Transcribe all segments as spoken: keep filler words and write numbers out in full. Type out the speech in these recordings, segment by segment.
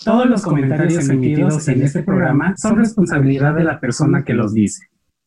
Todos los comentarios emitidos en este programa son responsabilidad de la persona que los dice.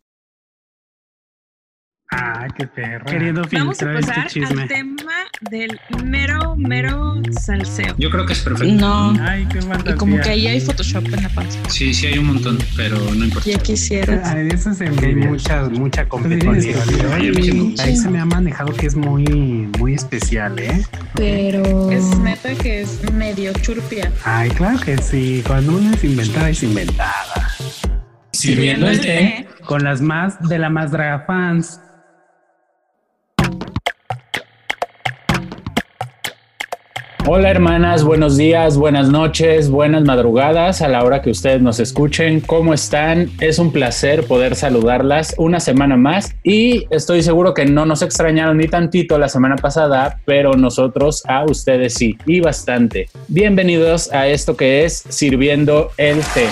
Ah, qué perra. Queriendo Vamos a filtrar pasar este chisme. al tema del mero, mero salseo. Yo creo que es perfecto. No. Ay, qué fantasía. Y como que ahí hay Photoshop en la panza. Sí, sí hay un montón, pero no importa. Ya quisieras. Ah, eso se Que hay me mucha, mucha competencia. competencia. Ay, a mí sí me gusta. Ahí se me ha manejado que es muy, muy especial, ¿eh? Pero es neta que es medio churpia. Ay, claro que sí. Cuando uno es inventada, es inventada. Sirviendo el té. Con las más de la más draga fans. Hola hermanas, buenos días, buenas noches, buenas madrugadas a la hora que ustedes nos escuchen. ¿Cómo están? Es un placer poder saludarlas una semana más y estoy seguro que no nos extrañaron ni tantito la semana pasada, pero nosotros a ustedes sí, y bastante. Bienvenidos a esto que es Sirviendo el Té.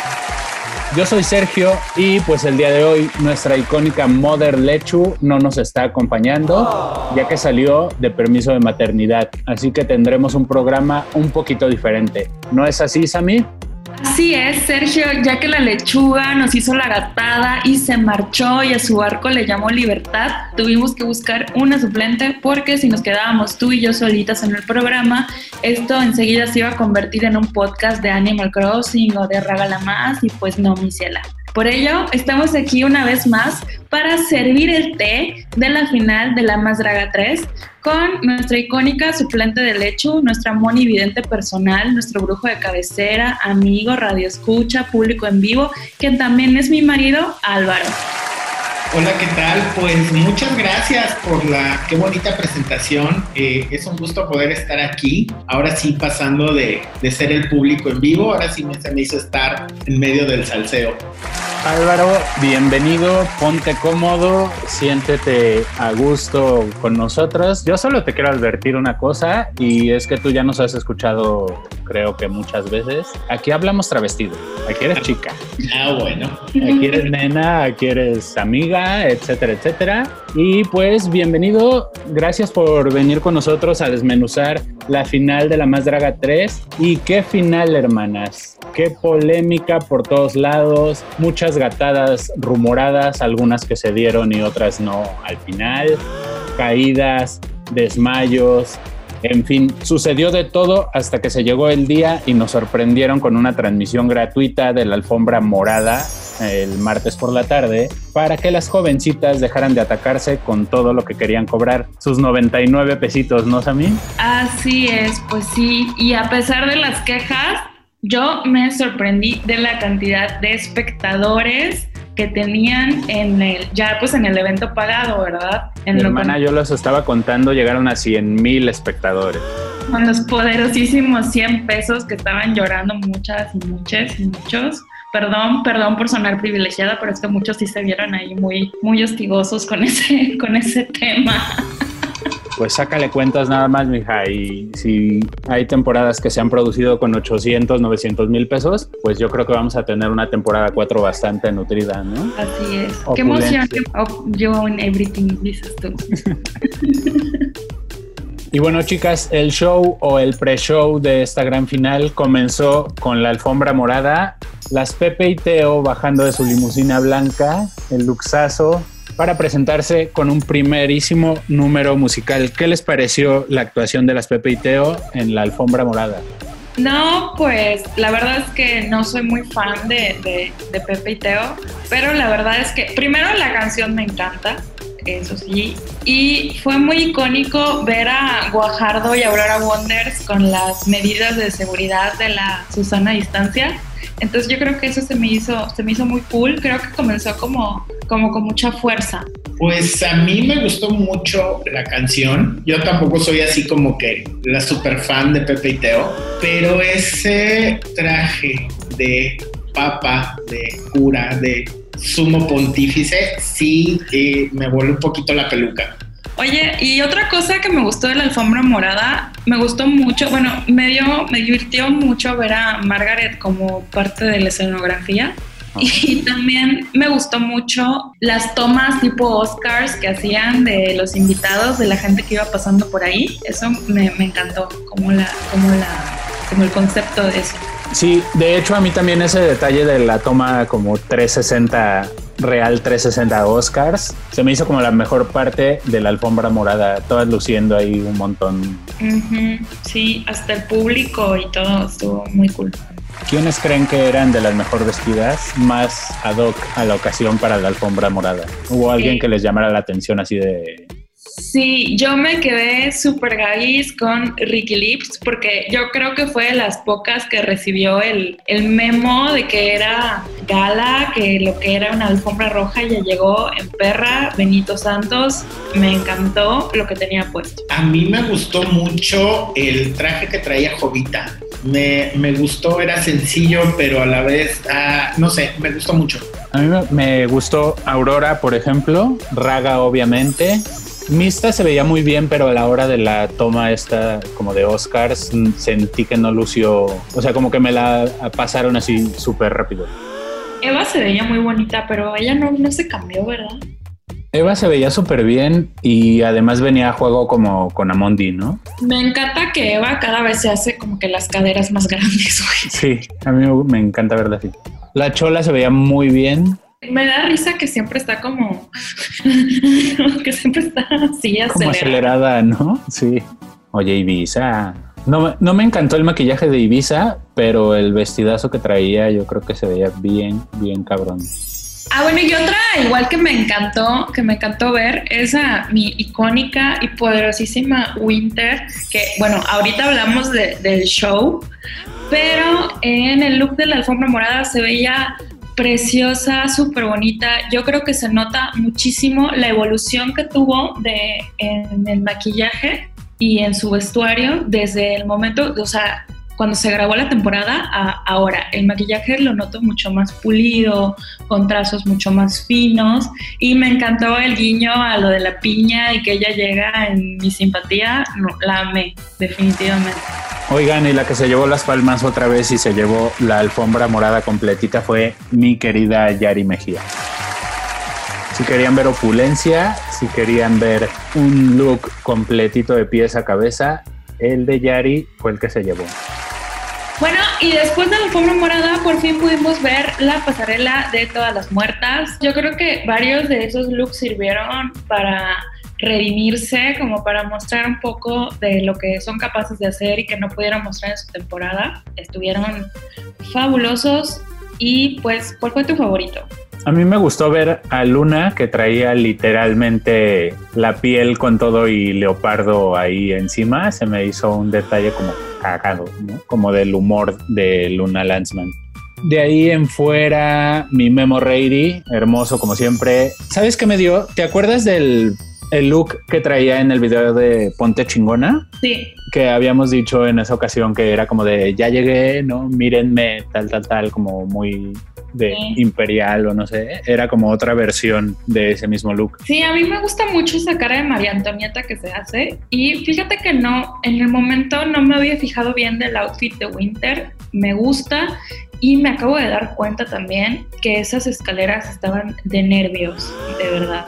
Yo soy Sergio y pues el día de hoy nuestra icónica Mother Lechu no nos está acompañando ya que salió de permiso de maternidad, así que tendremos un programa un poquito diferente. ¿No es así, Sammy? Así es, Sergio, ya que la lechuga nos hizo la gatada y se marchó y a su barco le llamó Libertad, tuvimos que buscar una suplente porque si nos quedábamos tú y yo solitas en el programa, esto enseguida se iba a convertir en un podcast de Animal Crossing o de Rágala Más y pues no, mi ciela. Por ello, estamos aquí una vez más para servir el té de la final de La Más Draga tres con nuestra icónica suplente de Lechu, nuestra Moni vidente personal, nuestro brujo de cabecera, amigo, radioescucha, público en vivo, quien también es mi marido, Álvaro. Hola, ¿qué tal? Pues muchas gracias por la qué bonita presentación. Eh, es un gusto poder estar aquí. Ahora sí, pasando de, de ser el público en vivo, ahora sí me, se me hizo estar en medio del salseo. Álvaro, bienvenido, ponte cómodo, siéntete a gusto con nosotros. Yo solo te quiero advertir una cosa y es que tú ya nos has escuchado, creo que muchas veces. Aquí hablamos travestido, aquí eres chica. Ah, bueno. Aquí eres nena, aquí eres amiga, etcétera, etcétera. Y pues bienvenido, gracias por venir con nosotros a desmenuzar la final de La Más Draga tres. Y qué final, hermanas, qué polémica por todos lados, muchas gatadas rumoradas, algunas que se dieron y otras no al final, caídas, desmayos, en fin, sucedió de todo hasta que se llegó el día y nos sorprendieron con una transmisión gratuita de la alfombra morada el martes por la tarde para que las jovencitas dejaran de atacarse con todo lo que querían cobrar, sus noventa y nueve pesitos, ¿no, Sammy? Así es, pues sí, y a pesar de las quejas, yo me sorprendí de la cantidad de espectadores que tenían en el, ya pues en el evento pagado, ¿verdad? En Mi lo hermana, con, yo los estaba contando, llegaron a cien mil espectadores. con los poderosísimos cien pesos que estaban llorando muchas y muchas y muchos. Perdón, perdón por sonar privilegiada, pero es que muchos sí se vieron ahí muy, muy hostigosos con ese, con ese tema. Pues sácale cuentas nada más, mija, y si hay temporadas que se han producido con ochocientos, novecientos mil pesos, pues yo creo que vamos a tener una temporada cuatro bastante nutrida, ¿no? Así es. Opulencia. Qué emoción. Oh, yo en everything, dices tú. Y bueno, chicas, el show o el pre-show de esta gran final comenzó con la alfombra morada, las Pepe y Teo bajando de su limusina blanca, el luxazo, para presentarse con un primerísimo número musical. ¿Qué les pareció la actuación de las Pepe y Teo en la alfombra morada? No, pues la verdad es que no soy muy fan de, de, de Pepe y Teo, pero la verdad es que primero la canción me encanta, eso sí, y fue muy icónico ver a Guajardo y Aurora Wonders con las medidas de seguridad de la Susana Distancia. Entonces yo creo que eso se me hizo, se me hizo muy cool. Creo que comenzó como, como con mucha fuerza. Pues a mí me gustó mucho la canción. Yo tampoco soy así como que la super fan de Pepe y Teo, pero ese traje de papa, de cura, de sumo pontífice, sí eh, me voló un poquito la peluca. Oye, y otra cosa que me gustó de la alfombra morada, me gustó mucho, bueno, me dio, me divirtió mucho ver a Margaret como parte de la escenografía. Y también me gustó mucho las tomas tipo Oscars que hacían de los invitados, de la gente que iba pasando por ahí. Eso me, me encantó, cómo la, cómo la como el concepto de eso. Sí, de hecho a mí también ese detalle de la toma como trescientos sesenta, real trescientos sesenta Oscars, se me hizo como la mejor parte de la alfombra morada, todas luciendo ahí un montón. Uh-huh. Sí, hasta el público y todo estuvo muy cool. ¿Quiénes creen que eran de las mejor vestidas más ad hoc a la ocasión para la alfombra morada? ¿Hubo alguien Sí. que les llamara la atención así de...? Sí, yo me quedé súper gaguis con Ricky Lips porque yo creo que fue de las pocas que recibió el, el memo de que era gala, que lo que era una alfombra roja ya llegó en perra. Benito Santos, me encantó lo que tenía puesto. A mí me gustó mucho el traje que traía Jovita. Me, me gustó, era sencillo, pero a la vez, ah, no sé, me gustó mucho. A mí me, me gustó Aurora, por ejemplo, Raga obviamente. Mista se veía muy bien, pero a la hora de la toma esta como de Oscars sentí que no lució, o sea, como que me la pasaron así súper rápido. Eva se veía muy bonita, pero ella no, no se cambió, ¿verdad? Eva se veía súper bien y además venía a juego como con Amondi, ¿no? Me encanta que Eva cada vez se hace como que las caderas más grandes, güey. Sí, a mí me encanta verla así. La Chola se veía muy bien. Me da risa que siempre está como... que siempre está así acelerada. Como acelerada, ¿no? Sí. Oye, Ibiza. No, no me encantó el maquillaje de Ibiza, pero el vestidazo que traía yo creo que se veía bien, bien cabrón. Ah, bueno, y otra igual que me encantó, que me encantó ver, es a mi icónica y poderosísima Winter, que, bueno, ahorita hablamos de, del show, pero en el look de la alfombra morada se veía preciosa, súper bonita. Yo creo que se nota muchísimo la evolución que tuvo de, en el maquillaje y en su vestuario desde el momento, o sea, cuando se grabó la temporada a ahora. El maquillaje lo noto mucho más pulido, con trazos mucho más finos, y me encantó el guiño a lo de la piña y que ella llega en Mi Simpatía. No, la amé, definitivamente. Oigan, y la que se llevó las palmas otra vez y se llevó la alfombra morada completita fue mi querida Yari Mejía. Si querían ver opulencia, si querían ver un look completito de pies a cabeza, el de Yari fue el que se llevó. Bueno, y después de la alfombra morada, por fin pudimos ver la pasarela de Todas las Muertas. Yo creo que varios de esos looks sirvieron para redimirse, como para mostrar un poco de lo que son capaces de hacer y que no pudieron mostrar en su temporada. Estuvieron fabulosos. Y pues, ¿cuál fue tu favorito? A mí me gustó ver a Luna, que traía literalmente la piel con todo y leopardo ahí encima. Se me hizo un detalle como cagado, ¿no? Como del humor de Luna Landsman. De ahí en fuera, mi Memo Reiri, hermoso como siempre. ¿Sabes qué me dio? ¿Te acuerdas del el look que traía en el video de Ponte Chingona? Sí. Que habíamos dicho en esa ocasión que era como de ya llegué, ¿no? Mírenme, tal, tal, tal, como muy de sí. Imperial o no sé. Era como otra versión de ese mismo look. Sí, a mí me gusta mucho esa cara de María Antonieta que se hace. Y fíjate que no, en el momento no me había fijado bien del outfit de Winter. Me gusta. Y me acabo de dar cuenta también que esas escaleras estaban de nervios, de verdad.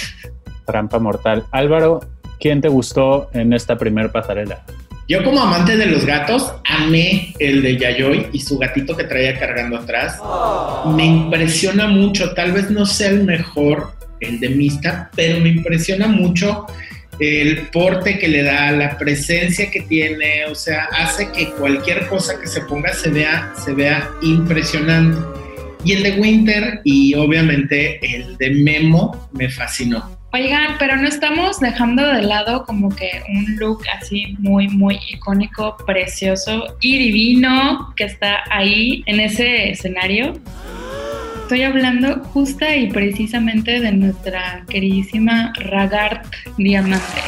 Trampa mortal. Álvaro, ¿quién te gustó en esta primer pasarela? Yo, como amante de los gatos, amé el de Yayoi y su gatito que traía cargando atrás. Oh. Me impresiona mucho, tal vez no sea el mejor, el de Mista, pero me impresiona mucho el porte que le da, la presencia que tiene, o sea, hace que cualquier cosa que se ponga se vea, se vea impresionante. Y el de Winter y obviamente el de Memo me fascinó. Oigan, pero no estamos dejando de lado como que un look así muy, muy icónico, precioso y divino que está ahí en ese escenario. Estoy hablando justa y precisamente de nuestra queridísima Ragart Diamante.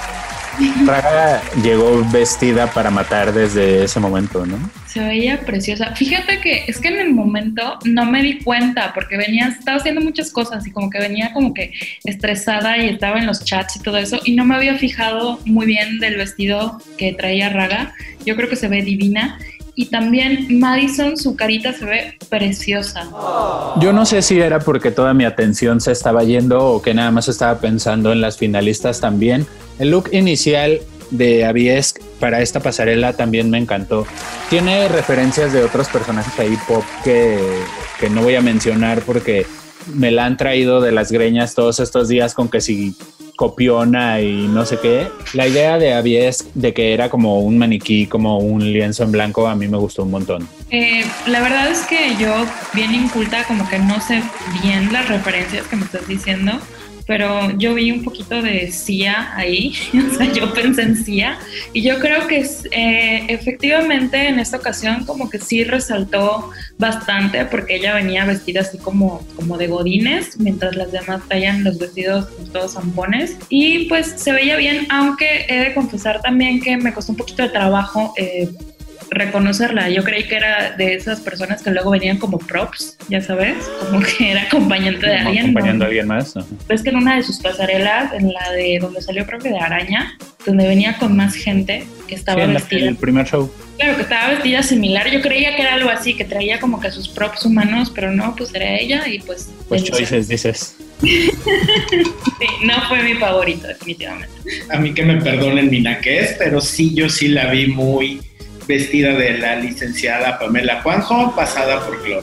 Raga llegó vestida para matar desde ese momento, ¿no? Se veía preciosa. Fíjate que es que en el momento no me di cuenta porque venía, estaba haciendo muchas cosas y como que venía como que estresada y estaba en los chats y todo eso y no me había fijado muy bien del vestido que traía Raga. Yo creo que se ve divina. Y también Madison, su carita se ve preciosa. Yo no sé si era porque toda mi atención se estaba yendo o que nada más estaba pensando en las finalistas también. El look inicial de Aviesk para esta pasarela también me encantó. Tiene referencias de otros personajes ahí pop que, que no voy a mencionar porque me la han traído de las greñas todos estos días con que si copiona y no sé qué. La idea de Abies de que era como un maniquí, como un lienzo en blanco, a mí me gustó un montón. Eh, la verdad es que yo, bien inculta, como que no sé bien las referencias que me estás diciendo, pero yo vi un poquito de Sia ahí, o sea, yo pensé en Sia, y yo creo que eh, efectivamente en esta ocasión como que sí resaltó bastante, porque ella venía vestida así como, como de godines, mientras las demás traían los vestidos todos zampones, y pues se veía bien, aunque he de confesar también que me costó un poquito de trabajo eh, reconocerla. Yo creí que era de esas personas que luego venían como props, ya sabes, como que era acompañante de alguien. Acompañando ¿no? a alguien más. ¿No? Ves que en una de sus pasarelas, en la de donde salió creo que de Araña, donde venía con más gente que estaba sí, en vestida. La, el primer show. Claro, que estaba vestida similar. Yo creía que era algo así, que traía como que sus props humanos, pero no, pues era ella y pues... Pues choices, dices. Sí, no fue mi favorito, definitivamente. A mí que me perdonen mi naquez, pero sí, yo sí la vi muy vestida de la licenciada Pamela Juanjo, pasada por Cloro.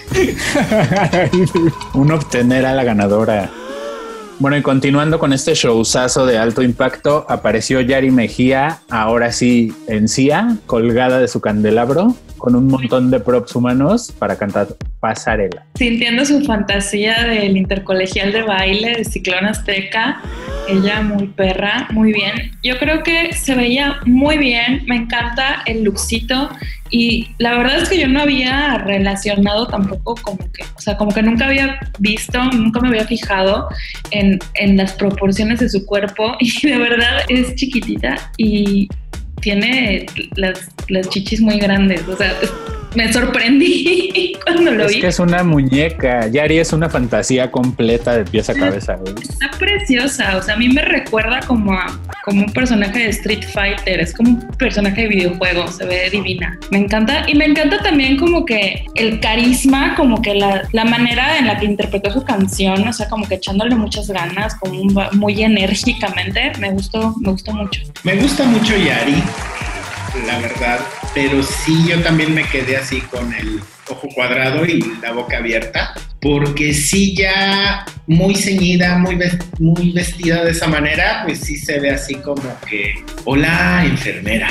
Un obtener a la ganadora. Bueno, y continuando con este showzazo de alto impacto, apareció Yari Mejía, ahora sí en Sia, colgada de su candelabro, con un montón de props humanos para cantar Pasarela. Sintiendo su fantasía del intercolegial de baile de Ciclón Azteca, ella muy perra, muy bien. Yo creo que se veía muy bien, me encanta el lookcito y la verdad es que yo no había relacionado tampoco como que, o sea, como que nunca había visto, nunca me había fijado en, en las proporciones de su cuerpo y de verdad es chiquitita y tiene las, las chichis muy grandes, o sea, me sorprendí cuando lo es vi. Es que es una muñeca, Yari es una fantasía completa de pies a cabeza. ¿Eh? Está preciosa, o sea, a mí me recuerda como a como un personaje de Street Fighter, es como un personaje de videojuego, se ve divina. Me encanta, y me encanta también como que el carisma, como que la, la manera en la que interpretó su canción, o sea, como que echándole muchas ganas, como un, muy enérgicamente, me gustó, me gustó mucho. Me gusta mucho Yari, la verdad, pero sí yo también me quedé así con el ojo cuadrado y la boca abierta, porque sí ya muy ceñida, muy, vest- muy vestida de esa manera, pues sí se ve así como que, hola enfermera.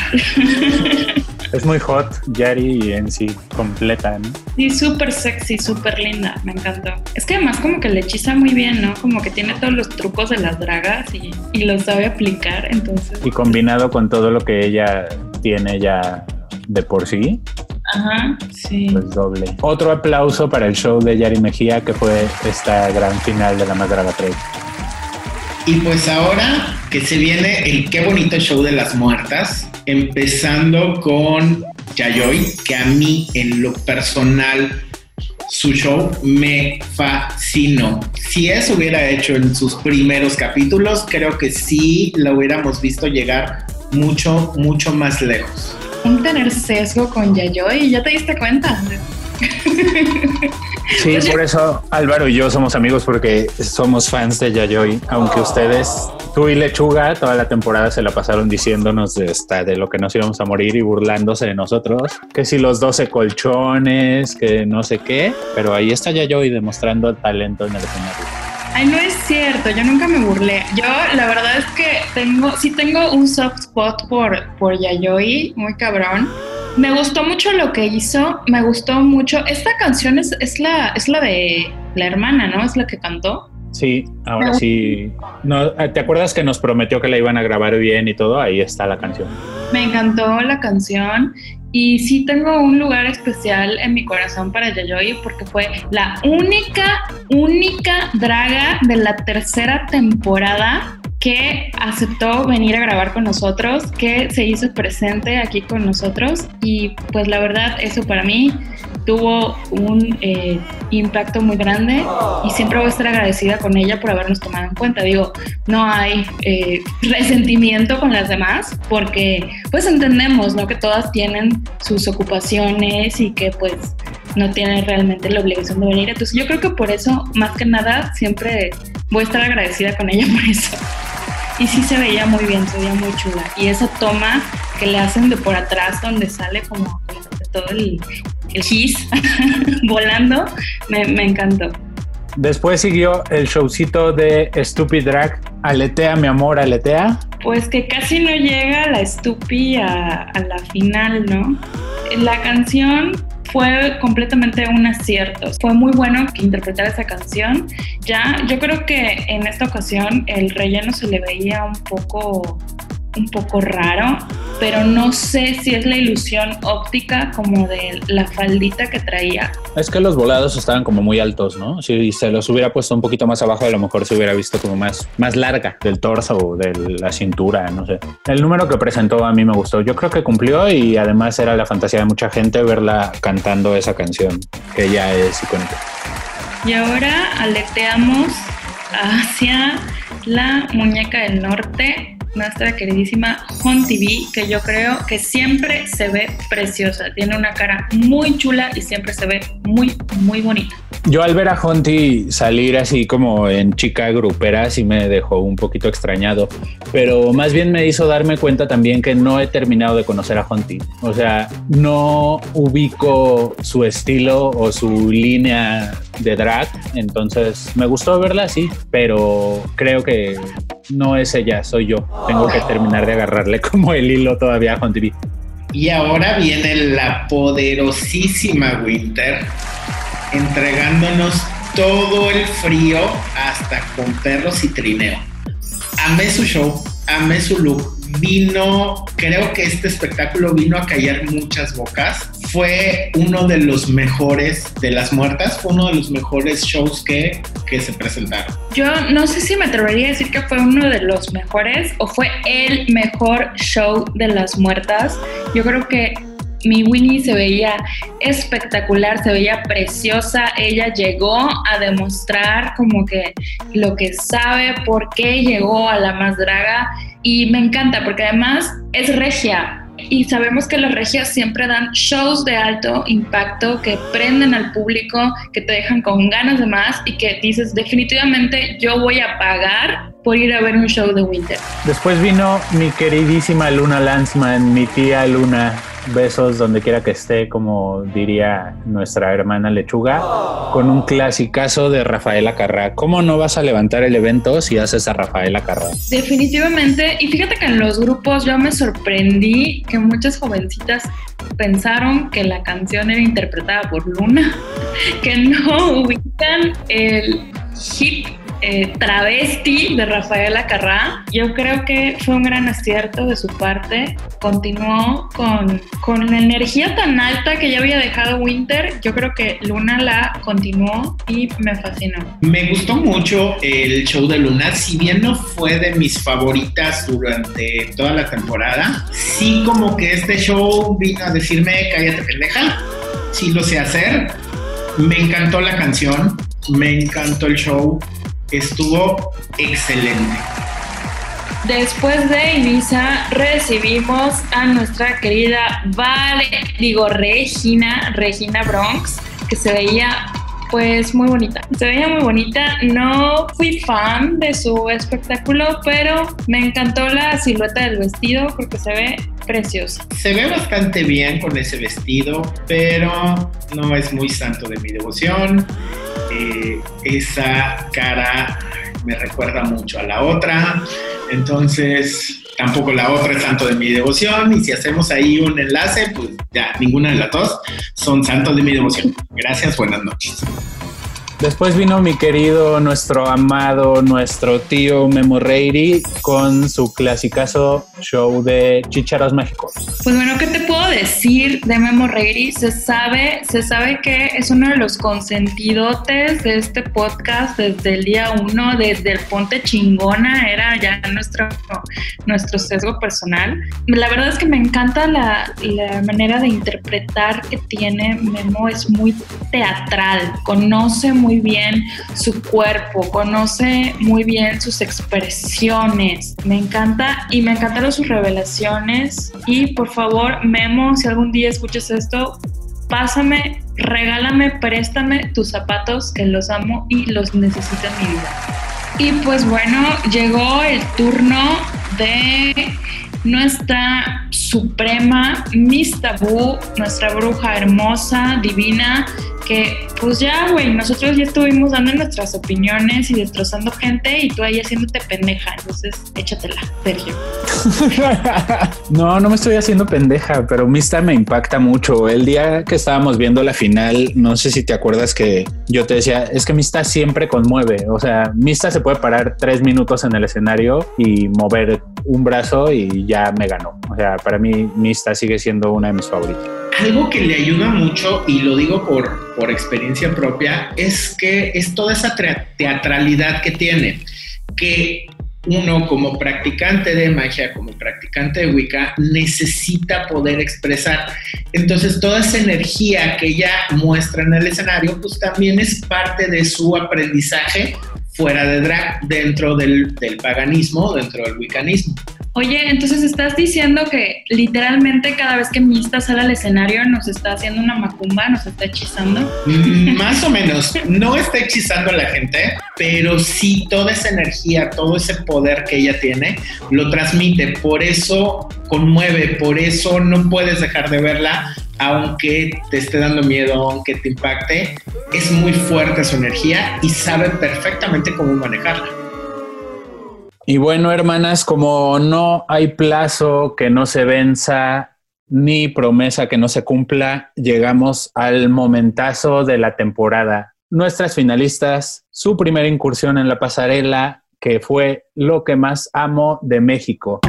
Es muy hot, Yari en sí, completa, ¿no? Sí, súper sexy, súper linda, me encantó. Es que además como que le hechiza muy bien, ¿no? Como que tiene todos los trucos de las dragas y, y los sabe aplicar, entonces... Y combinado con todo lo que ella tiene ya de por sí, ajá, sí. pues doble. Otro aplauso para el show de Yari Mejía, que fue esta gran final de La Más Draga tres. Y pues ahora que se viene el qué bonito show de las muertas, empezando con Yayoi, que a mí en lo personal su show me fascinó. Si eso hubiera hecho en sus primeros capítulos, creo que sí lo hubiéramos visto llegar mucho, mucho más lejos. Un tener sesgo con Yayoi, ¿ya te diste cuenta? Sí, por eso Álvaro y yo somos amigos, porque somos fans de Yayoi, aunque ustedes, tú y Lechuga, toda la temporada se la pasaron diciéndonos de, esta, de lo que nos íbamos a morir y burlándose de nosotros, que si los doce colchones, que no sé qué, pero ahí está Yayoi demostrando talento en el escenario. Ay, no es cierto, yo nunca me burlé. Yo la verdad es que tengo, sí tengo un soft spot por, por Yayoi, muy cabrón. Me gustó mucho lo que hizo, me gustó mucho. Esta canción es, es, la, es la de la hermana, ¿no? Es la que cantó. Sí, ahora sí. No, ¿te acuerdas que nos prometió que la iban a grabar bien y todo? Ahí está la canción. Me encantó la canción y sí tengo un lugar especial en mi corazón para Yayoi porque fue la única, única draga de la tercera temporada que aceptó venir a grabar con nosotros, que se hizo presente aquí con nosotros y pues la verdad eso para mí tuvo un eh, impacto muy grande y siempre voy a estar agradecida con ella por habernos tomado en cuenta. Digo, no hay eh, resentimiento con las demás porque pues entendemos, ¿no? Que todas tienen sus ocupaciones y que pues no tienen realmente la obligación de venir. Entonces yo creo que por eso, más que nada, siempre voy a estar agradecida con ella por eso. Y sí se veía muy bien, se veía muy chula. Y esa toma que le hacen de por atrás, donde sale como, como todo el, el gis volando, me, me encantó. Después siguió el showcito de Stupid Drag, Aletea, mi amor, Aletea. Pues que casi no llega la Stupi a, a la final, ¿no? La canción fue completamente un acierto. Fue muy bueno que interpretara esa canción. Ya, yo creo que en esta ocasión el relleno se le veía un poco, un poco raro, pero no sé si es la ilusión óptica como de la faldita que traía. Es que los volados estaban como muy altos, ¿no? Si se los hubiera puesto un poquito más abajo, a lo mejor se hubiera visto como más, más larga del torso o de la cintura, no sé. El número que presentó a mí me gustó. Yo creo que cumplió y además era la fantasía de mucha gente verla cantando esa canción, que ya es icónica. Y ahora aleteamos hacia la muñeca del norte, nuestra queridísima Hunty B, que yo creo que siempre se ve preciosa. Tiene una cara muy chula y siempre se ve muy, muy bonita. Yo al ver a Hunty salir así como en chica grupera sí me dejó un poquito extrañado, pero más bien me hizo darme cuenta también que no he terminado de conocer a Hunty. O sea, no ubico su estilo o su línea de drag, entonces me gustó verla así, pero creo que no es ella, soy yo. Tengo que terminar de agarrarle como el hilo todavía a Hunty B. Y ahora viene la poderosísima Winter, entregándonos todo el frío hasta con perros y trineo. Amé su show, amé su look. Vino, creo que este espectáculo vino a callar muchas bocas. Fue uno de los mejores de las muertas, fue uno de los mejores shows que, que se presentaron. Yo no sé si me atrevería a decir que fue uno de los mejores o fue el mejor show de las muertas. Yo creo que mi Winnie se veía espectacular, se veía preciosa. Ella llegó a demostrar como que lo que sabe, por qué llegó a la Más Draga, y me encanta porque además es regia. Y sabemos que las regias siempre dan shows de alto impacto que prenden al público, que te dejan con ganas de más y que dices definitivamente yo voy a pagar por ir a ver un show de Winter. Después vino mi queridísima Luna Lanzman, mi tía Luna. Besos donde quiera que esté, como diría nuestra hermana Lechuga, con un clasicazo de Rafaela Carrá. ¿Cómo no vas a levantar el evento si haces a Rafaela Carrá? Definitivamente, y fíjate que en los grupos yo me sorprendí que muchas jovencitas pensaron que la canción era interpretada por Luna, que no ubican el hit Eh, travesti de Rafaela Carrá. Yo creo que fue un gran acierto de su parte. Continuó con, con la energía tan alta que ya había dejado Winter. Yo creo que Luna la continuó y me fascinó. Me gustó mucho el show de Luna, si bien no fue de mis favoritas durante toda la temporada, sí como que este show vino a decirme cállate pendeja, sí lo sé hacer. Me encantó la canción, me encantó el show. Estuvo excelente. Después de Ibiza recibimos a nuestra querida Vale, digo Regina, Regina Bronx, que se veía pues muy bonita. Se veía muy bonita. No fui fan de su espectáculo, pero me encantó la silueta del vestido porque se ve preciosa. Se ve bastante bien con ese vestido, pero no es muy santo de mi devoción. Eh, esa cara me recuerda mucho a la otra, entonces tampoco la otra es santo de mi devoción, y si hacemos ahí un enlace, pues ya, ninguna de las dos son santos de mi devoción. Gracias, buenas noches. Después vino mi querido, nuestro amado, nuestro tío Memo Reiri con su clasicazo show de Chícharos Mágicos. Pues bueno, ¿qué te puedo decir de Memo Reiri? Se sabe, se sabe que es uno de los consentidotes de este podcast desde el día uno, desde el Ponte Chingona, era ya nuestro, nuestro sesgo personal. La verdad es que me encanta la, la manera de interpretar que tiene Memo, es muy teatral, conoce muy muy bien su cuerpo, conoce muy bien sus expresiones. Me encanta y me encantaron sus revelaciones. Y por favor, Memo, si algún día escuchas esto, pásame, regálame, préstame tus zapatos, que los amo y los necesito en mi vida. Y pues bueno, llegó el turno de nuestra suprema, Miss Tabú, nuestra bruja hermosa, divina, que pues ya, güey, nosotros ya estuvimos dando nuestras opiniones y destrozando gente y tú ahí haciéndote pendeja, entonces échatela, Sergio. No, no me estoy haciendo pendeja, pero Mista me impacta mucho. El día que estábamos viendo la final, no sé si te acuerdas que yo te decía, es que Mista siempre conmueve, o sea, Mista se puede parar tres minutos en el escenario y mover un brazo y ya me ganó. O sea, para mí Mista sigue siendo una de mis favoritas. Algo que le ayuda mucho, y lo digo por, por experiencia propia, es que es toda esa teatralidad que tiene, que uno como practicante de magia, como practicante de Wicca, necesita poder expresar. Entonces toda esa energía que ella muestra en el escenario, pues también es parte de su aprendizaje fuera de drag, dentro del, del paganismo, dentro del wiccanismo. Oye, entonces estás diciendo que literalmente cada vez que Mista sale al escenario nos está haciendo una macumba, nos está hechizando. Mm, más o menos, no está hechizando a la gente, pero sí toda esa energía, todo ese poder que ella tiene, lo transmite. Por eso conmueve, por eso no puedes dejar de verla, aunque te esté dando miedo, aunque te impacte. Es muy fuerte su energía y sabe perfectamente cómo manejarla. Y bueno, hermanas, como no hay plazo que no se venza ni promesa que no se cumpla, llegamos al momentazo de la temporada. Nuestras finalistas, su primera incursión en la pasarela, que fue Lo que más amo de México.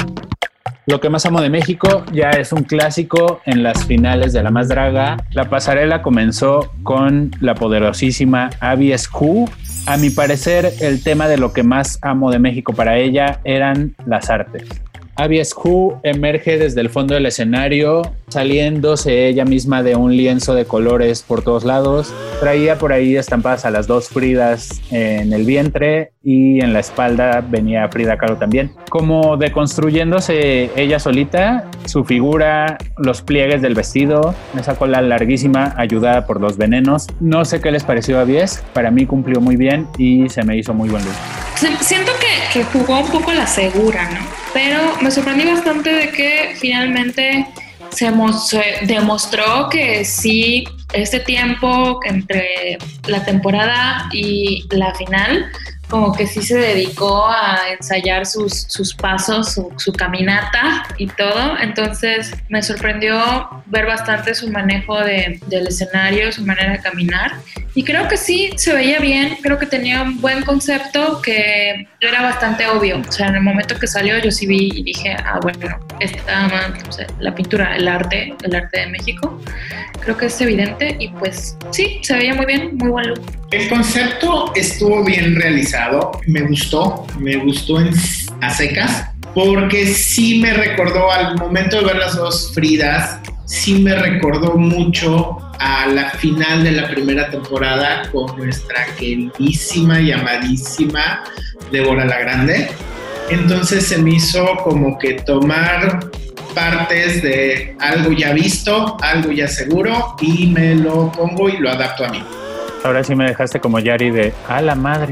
Lo que más amo de México ya es un clásico en las finales de La Más Draga. La pasarela comenzó con la poderosísima Abby Escu. A mi parecer, el tema de lo que más amo de México para ella eran las artes. Abby Escu emerge desde el fondo del escenario, saliéndose ella misma de un lienzo de colores por todos lados. Traía por ahí estampadas a las dos Fridas en el vientre y en la espalda venía Frida Kahlo también. Como deconstruyéndose ella solita, su figura, los pliegues del vestido, esa cola larguísima ayudada por los venenos. No sé qué les pareció a Abby Escu, para mí cumplió muy bien y se me hizo muy buen look. Siento que, que jugó un poco la segura, ¿no? Pero me sorprendí bastante de que finalmente se, se demostró que sí, este tiempo entre la temporada y la final, como que sí se dedicó a ensayar sus, sus pasos, su, su caminata y todo. Entonces me sorprendió ver bastante su manejo de, del escenario, su manera de caminar. Y creo que sí, se veía bien, creo que tenía un buen concepto que era bastante obvio. O sea, en el momento que salió yo sí vi y dije, ah, bueno, esta, o sea, la pintura, el arte, el arte de México, creo que es evidente y pues sí, se veía muy bien, muy buen look. El concepto estuvo bien realizado, me gustó, me gustó en, a secas, porque sí me recordó al momento de ver las dos Fridas, sí me recordó mucho a la final de la primera temporada con nuestra queridísima y amadísima Débora la Grande. Entonces se me hizo como que tomar partes de algo ya visto, algo ya seguro y me lo pongo y lo adapto a mí. Ahora sí me dejaste como Yari de ¡a la madre!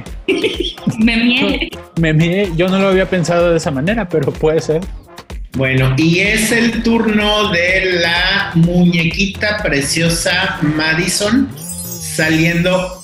Me mié. Me mié. Yo no lo había pensado de esa manera, pero puede ser. Bueno, y es el turno de la muñequita preciosa Madison, saliendo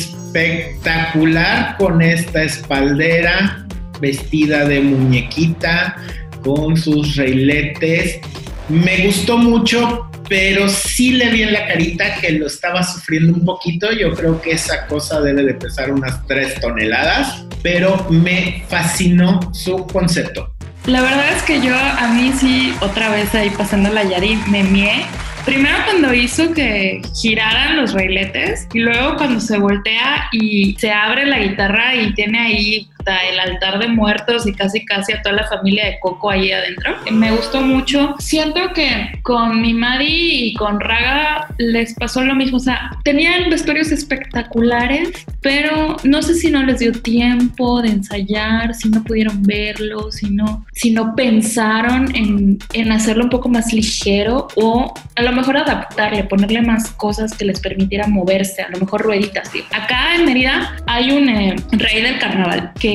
espectacular con esta espaldera, vestida de muñequita, con sus reiletes. Me gustó mucho, pero sí le vi en la carita que lo estaba sufriendo un poquito. Yo creo que esa cosa debe de pesar unas tres toneladas, pero me fascinó su concepto. La verdad es que yo, a mí sí, otra vez ahí pasando la Yari, me mié. Primero cuando hizo que giraran los reiletes y luego cuando se voltea y se abre la guitarra y tiene ahí el altar de muertos y casi casi a toda la familia de Coco ahí adentro. Me gustó mucho. Siento que con mi Madi y con Raga les pasó lo mismo. O sea, tenían vestuarios espectaculares, pero no sé si no les dio tiempo de ensayar, si no pudieron verlo, si no, si no pensaron en, en hacerlo un poco más ligero o a lo mejor adaptarle, ponerle más cosas que les permitieran moverse, a lo mejor rueditas. ¿Sí? Acá en Mérida hay un eh, rey del carnaval que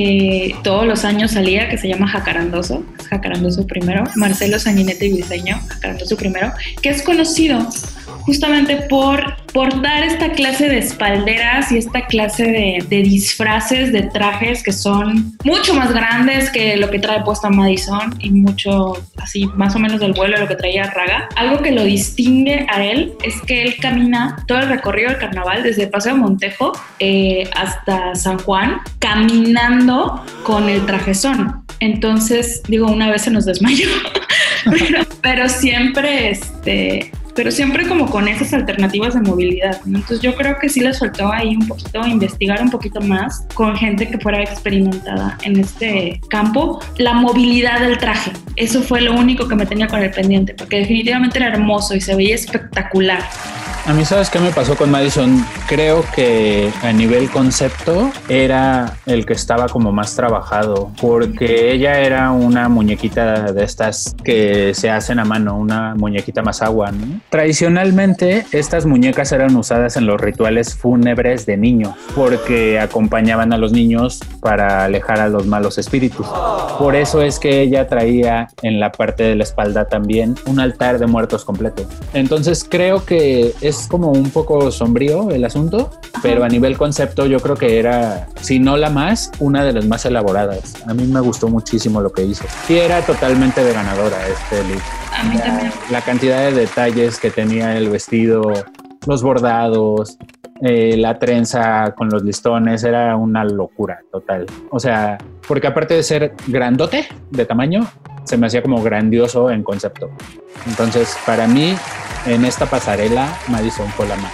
que todos los años salía, que se llama Jacarandoso, es Jacarandoso primero, Marcelo Sanguinetti Briseño, Jacarandoso primero, que es conocido justamente por, por dar esta clase de espalderas y esta clase de, de disfraces, de trajes que son mucho más grandes que lo que trae puesta Madison y mucho, así, más o menos del vuelo de lo que traía Raga. Algo que lo distingue a él es que él camina todo el recorrido del carnaval, desde Paseo Montejo eh, hasta San Juan, caminando con el trajezón. Entonces, digo, una vez se nos desmayó, pero, pero siempre, este... pero siempre como con esas alternativas de movilidad, ¿no? Entonces yo creo que sí les faltó ahí un poquito investigar un poquito más con gente que fuera experimentada en este campo, la movilidad del traje. Eso fue lo único que me tenía con el pendiente, porque definitivamente era hermoso y se veía espectacular. A mí, ¿sabes qué me pasó con Madison? Creo que a nivel concepto era el que estaba como más trabajado, porque ella era una muñequita de estas que se hacen a mano, una muñequita más agua, ¿no? Tradicionalmente, estas muñecas eran usadas en los rituales fúnebres de niños, porque acompañaban a los niños para alejar a los malos espíritus. Por eso es que ella traía en la parte de la espalda también un altar de muertos completo. Entonces creo que es como un poco sombrío el asunto, pero a nivel concepto yo creo que era, si no la más, una de las más elaboradas. A mí me gustó muchísimo lo que hizo. Y era totalmente de ganadora este look. A mí también. La, la cantidad de detalles que tenía el vestido, los bordados, eh, la trenza con los listones, era una locura total. O sea, porque aparte de ser grandote de tamaño, se me hacía como grandioso en concepto. Entonces, para mí, en esta pasarela, Madison fue la más.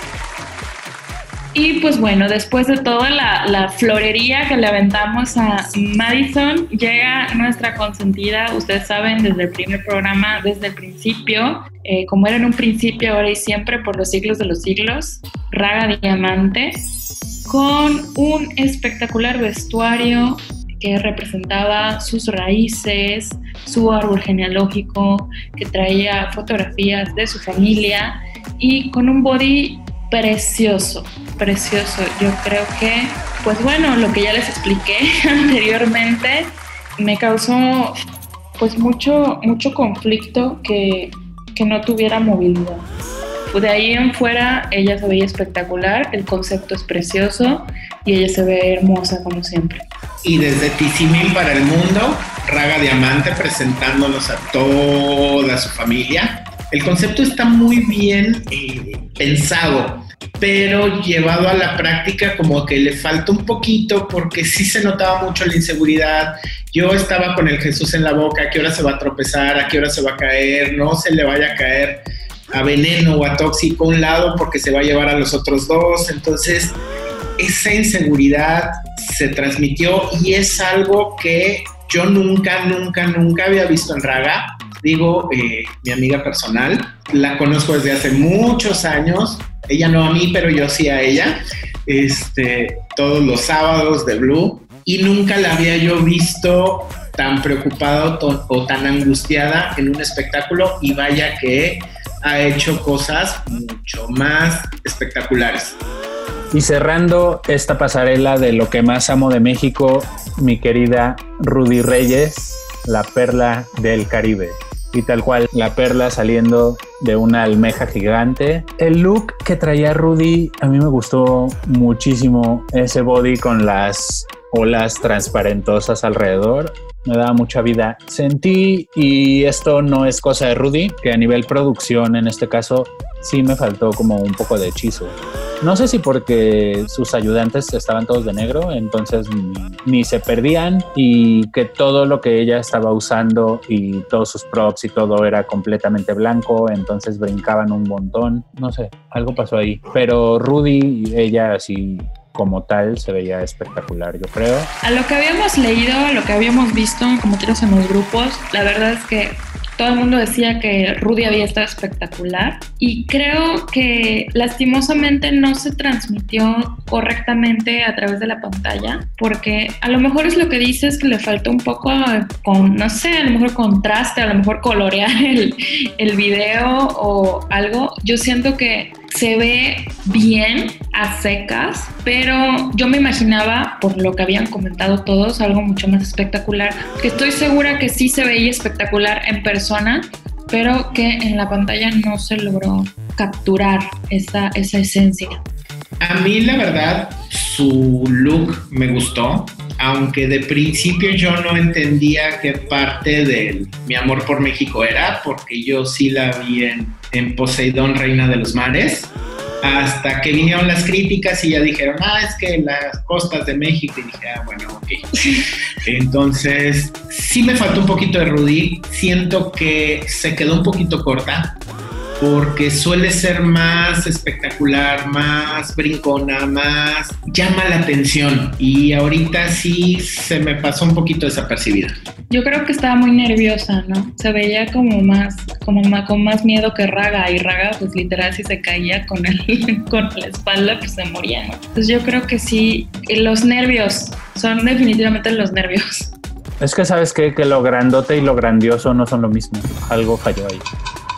Y pues bueno, después de toda la, la florería que le aventamos a Madison, llega nuestra consentida, ustedes saben, desde el primer programa, desde el principio, eh, como era en un principio, ahora y siempre, por los siglos de los siglos, Raga Diamante, con un espectacular vestuario que representaba sus raíces, su árbol genealógico, que traía fotografías de su familia y con un body precioso, precioso. Yo creo que, pues bueno, lo que ya les expliqué anteriormente me causó pues mucho, mucho conflicto que, que no tuviera movilidad. De ahí en fuera ella se veía espectacular, el concepto es precioso y ella se ve hermosa como siempre. Y desde Tizimín para el mundo, Raga Diamante presentándonos a toda su familia. El concepto está muy bien eh, pensado, pero llevado a la práctica como que le falta un poquito, porque sí se notaba mucho la inseguridad. Yo estaba con el Jesús en la boca, ¿a qué hora se va a tropezar? ¿A qué hora se va a caer? No se le vaya a caer a veneno o a tóxico a un lado porque se va a llevar a los otros dos. Entonces esa inseguridad se transmitió y es algo que yo nunca, nunca, nunca había visto en Raga. Digo, eh, mi amiga personal, la conozco desde hace muchos años, ella no a mí, pero yo sí a ella, este, todos los sábados de Blue, y nunca la había yo visto tan preocupada o, o tan angustiada en un espectáculo, y vaya que ha hecho cosas mucho más espectaculares. Y cerrando esta pasarela de lo que más amo de México, mi querida Rudy Reyes, la perla del Caribe. Y tal cual, la perla saliendo de una almeja gigante. El look que traía Rudy a mí me gustó muchísimo. Ese body con las olas transparentosas alrededor me daba mucha vida. Sentí, y esto no es cosa de Rudy, que a nivel producción en este caso sí me faltó como un poco de hechizo. No sé si porque sus ayudantes estaban todos de negro, entonces ni, ni se perdían, y que todo lo que ella estaba usando y todos sus props y todo era completamente blanco, entonces brincaban un montón. No sé, algo pasó ahí. Pero Rudy, ella así como tal, se veía espectacular, yo creo. A lo que habíamos leído, a lo que habíamos visto como tiros en los grupos, la verdad es que todo el mundo decía que Rudy había estado espectacular, y creo que lastimosamente no se transmitió correctamente a través de la pantalla, porque a lo mejor es lo que dices, que le faltó un poco con, no sé, a lo mejor contraste, a lo mejor colorear el, el video o algo. Yo siento que se ve bien a secas, pero yo me imaginaba por lo que habían comentado todos, algo mucho más espectacular, que estoy segura que sí se veía espectacular en persona, pero que en la pantalla no se logró capturar esa, esa esencia. A mí, la verdad, su look me gustó, aunque de principio yo no entendía qué parte de mi amor por México era, porque yo sí la vi en, en Poseidón, Reina de los Mares, hasta que vinieron las críticas y ya dijeron, ah, es que las costas de México, y dije, ah, bueno, ok. Entonces, sí me faltó un poquito de Rudy, siento que se quedó un poquito corta, porque suele ser más espectacular, más brincona, más llama la atención, y ahorita sí se me pasó un poquito desapercibida. Yo creo que estaba muy nerviosa, ¿no? Se veía como más, como más, con más miedo que Raga, y Raga pues literal si se caía con, el, con la espalda pues se moría, ¿no? Entonces yo creo que sí, los nervios, son definitivamente los nervios. Es que sabes qué? Que lo grandote y lo grandioso no son lo mismo, algo falló ahí.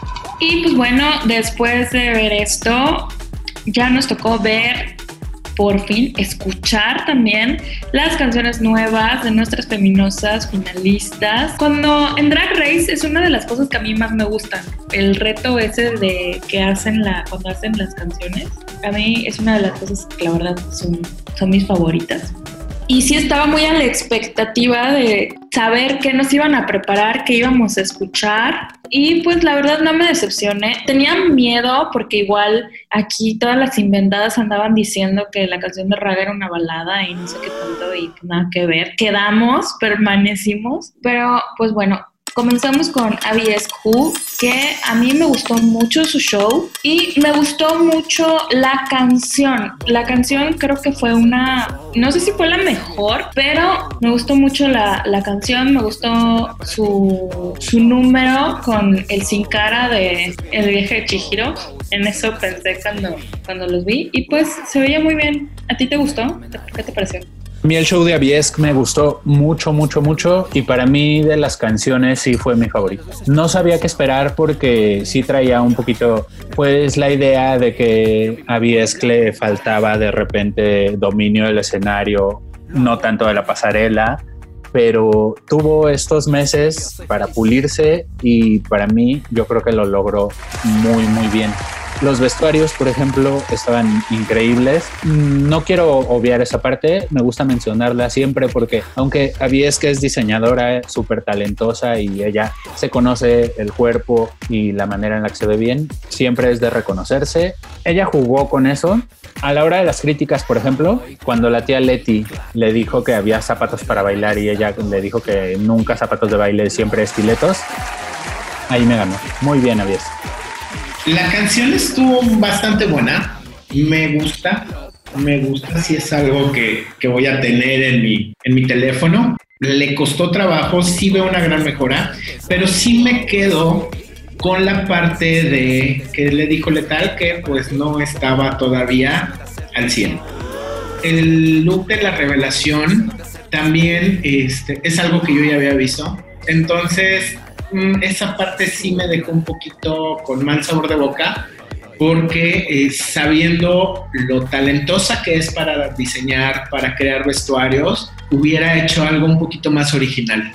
Y pues bueno, después de ver esto, ya nos tocó ver, por fin, escuchar también las canciones nuevas de nuestras feminosas finalistas. Cuando en Drag Race es una de las cosas que a mí más me gustan, el reto ese de que hacen la, cuando hacen las canciones, a mí es una de las cosas que la verdad son, son mis favoritas. Y sí estaba muy a la expectativa de saber qué nos iban a preparar, qué íbamos a escuchar. Y pues la verdad no me decepcioné. Tenía miedo porque igual aquí todas las inventadas andaban diciendo que la canción de Raga era una balada y no sé qué tanto y nada que ver. Quedamos, permanecimos. Pero pues bueno, comenzamos con Abiescu, que a mí me gustó mucho su show y me gustó mucho la canción. La canción creo que fue una, no sé si fue la mejor, pero me gustó mucho la, la canción, me gustó su, su número con el sin cara de El viaje de Chihiro. En eso pensé cuando, cuando los vi y pues se veía muy bien. ¿A ti te gustó? ¿Qué te pareció? A mí el show de Abiescu me gustó mucho, mucho, mucho y para mí de las canciones sí fue mi favorito. No sabía qué esperar porque sí traía un poquito, pues la idea de que a Abiescu le faltaba de repente dominio del escenario, no tanto de la pasarela, pero tuvo estos meses para pulirse y para mí yo creo que lo logró muy, muy bien. Los vestuarios, por ejemplo, estaban increíbles. No quiero obviar esa parte, me gusta mencionarla siempre porque aunque Abiescu es diseñadora súper talentosa y ella se conoce el cuerpo y la manera en la que se ve bien, siempre es de reconocerse. Ella jugó con eso. A la hora de las críticas, por ejemplo, cuando la tía Leti le dijo que había zapatos para bailar y ella le dijo que nunca zapatos de baile, siempre estiletos, ahí me ganó. Muy bien, Abiescu. La canción estuvo bastante buena, me gusta, me gusta, si es algo que, que voy a tener en mi, en mi teléfono. Le costó trabajo, sí veo una gran mejora, pero sí me quedo con la parte de que le dijo Letal que pues no estaba todavía al cien. El look de la revelación también este, es algo que yo ya había visto, entonces esa parte sí me dejó un poquito con mal sabor de boca porque eh, sabiendo lo talentosa que es para diseñar, para crear vestuarios, hubiera hecho algo un poquito más original.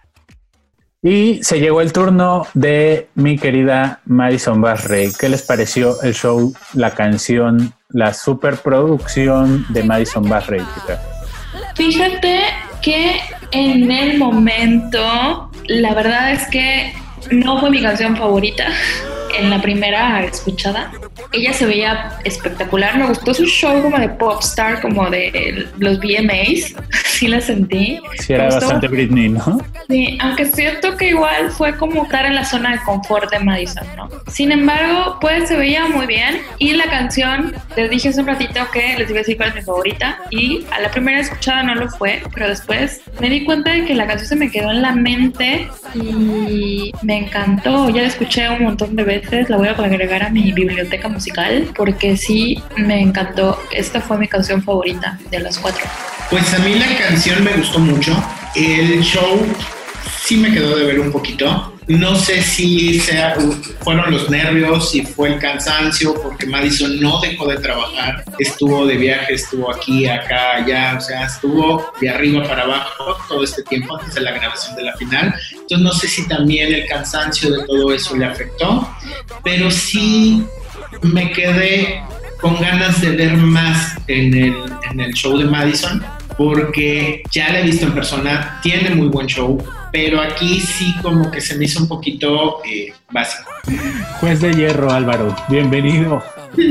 Y se llegó el turno de mi querida Madison Barrey. ¿Qué les pareció el show, la canción, la superproducción de Madison Barrey? Fíjate que en el momento, la verdad es que no fue mi canción favorita en la primera escuchada. Ella se veía espectacular, me gustó su show como de popstar, como de los V M As, sí la sentí. Sí, era bastante Britney, ¿no? Sí, aunque siento que igual fue como estar en la zona de confort de Madison, ¿no? Sin embargo, pues se veía muy bien y la canción, les dije hace un ratito que les iba a decir cuál es mi favorita y a la primera escuchada no lo fue, pero después me di cuenta de que la canción se me quedó en la mente y me encantó, ya la escuché un montón de veces, la voy a agregar a mi biblioteca musical porque sí me encantó, esta fue mi canción favorita de las cuatro. Pues a mí la canción me gustó mucho, el show sí me quedó de ver un poquito, No sé si sea, fueron los nervios, si fue el cansancio, porque Madison no dejó de trabajar, estuvo de viaje, estuvo aquí, acá, allá, o sea, estuvo de arriba para abajo todo este tiempo antes de la grabación de la final. Entonces no sé si también el cansancio de todo eso le afectó, pero sí me quedé con ganas de ver más en el, en el show de Madison, porque ya la he visto en persona, tiene muy buen show, pero aquí sí como que se me hizo un poquito eh, básico. Juez de hierro, Álvaro, bienvenido.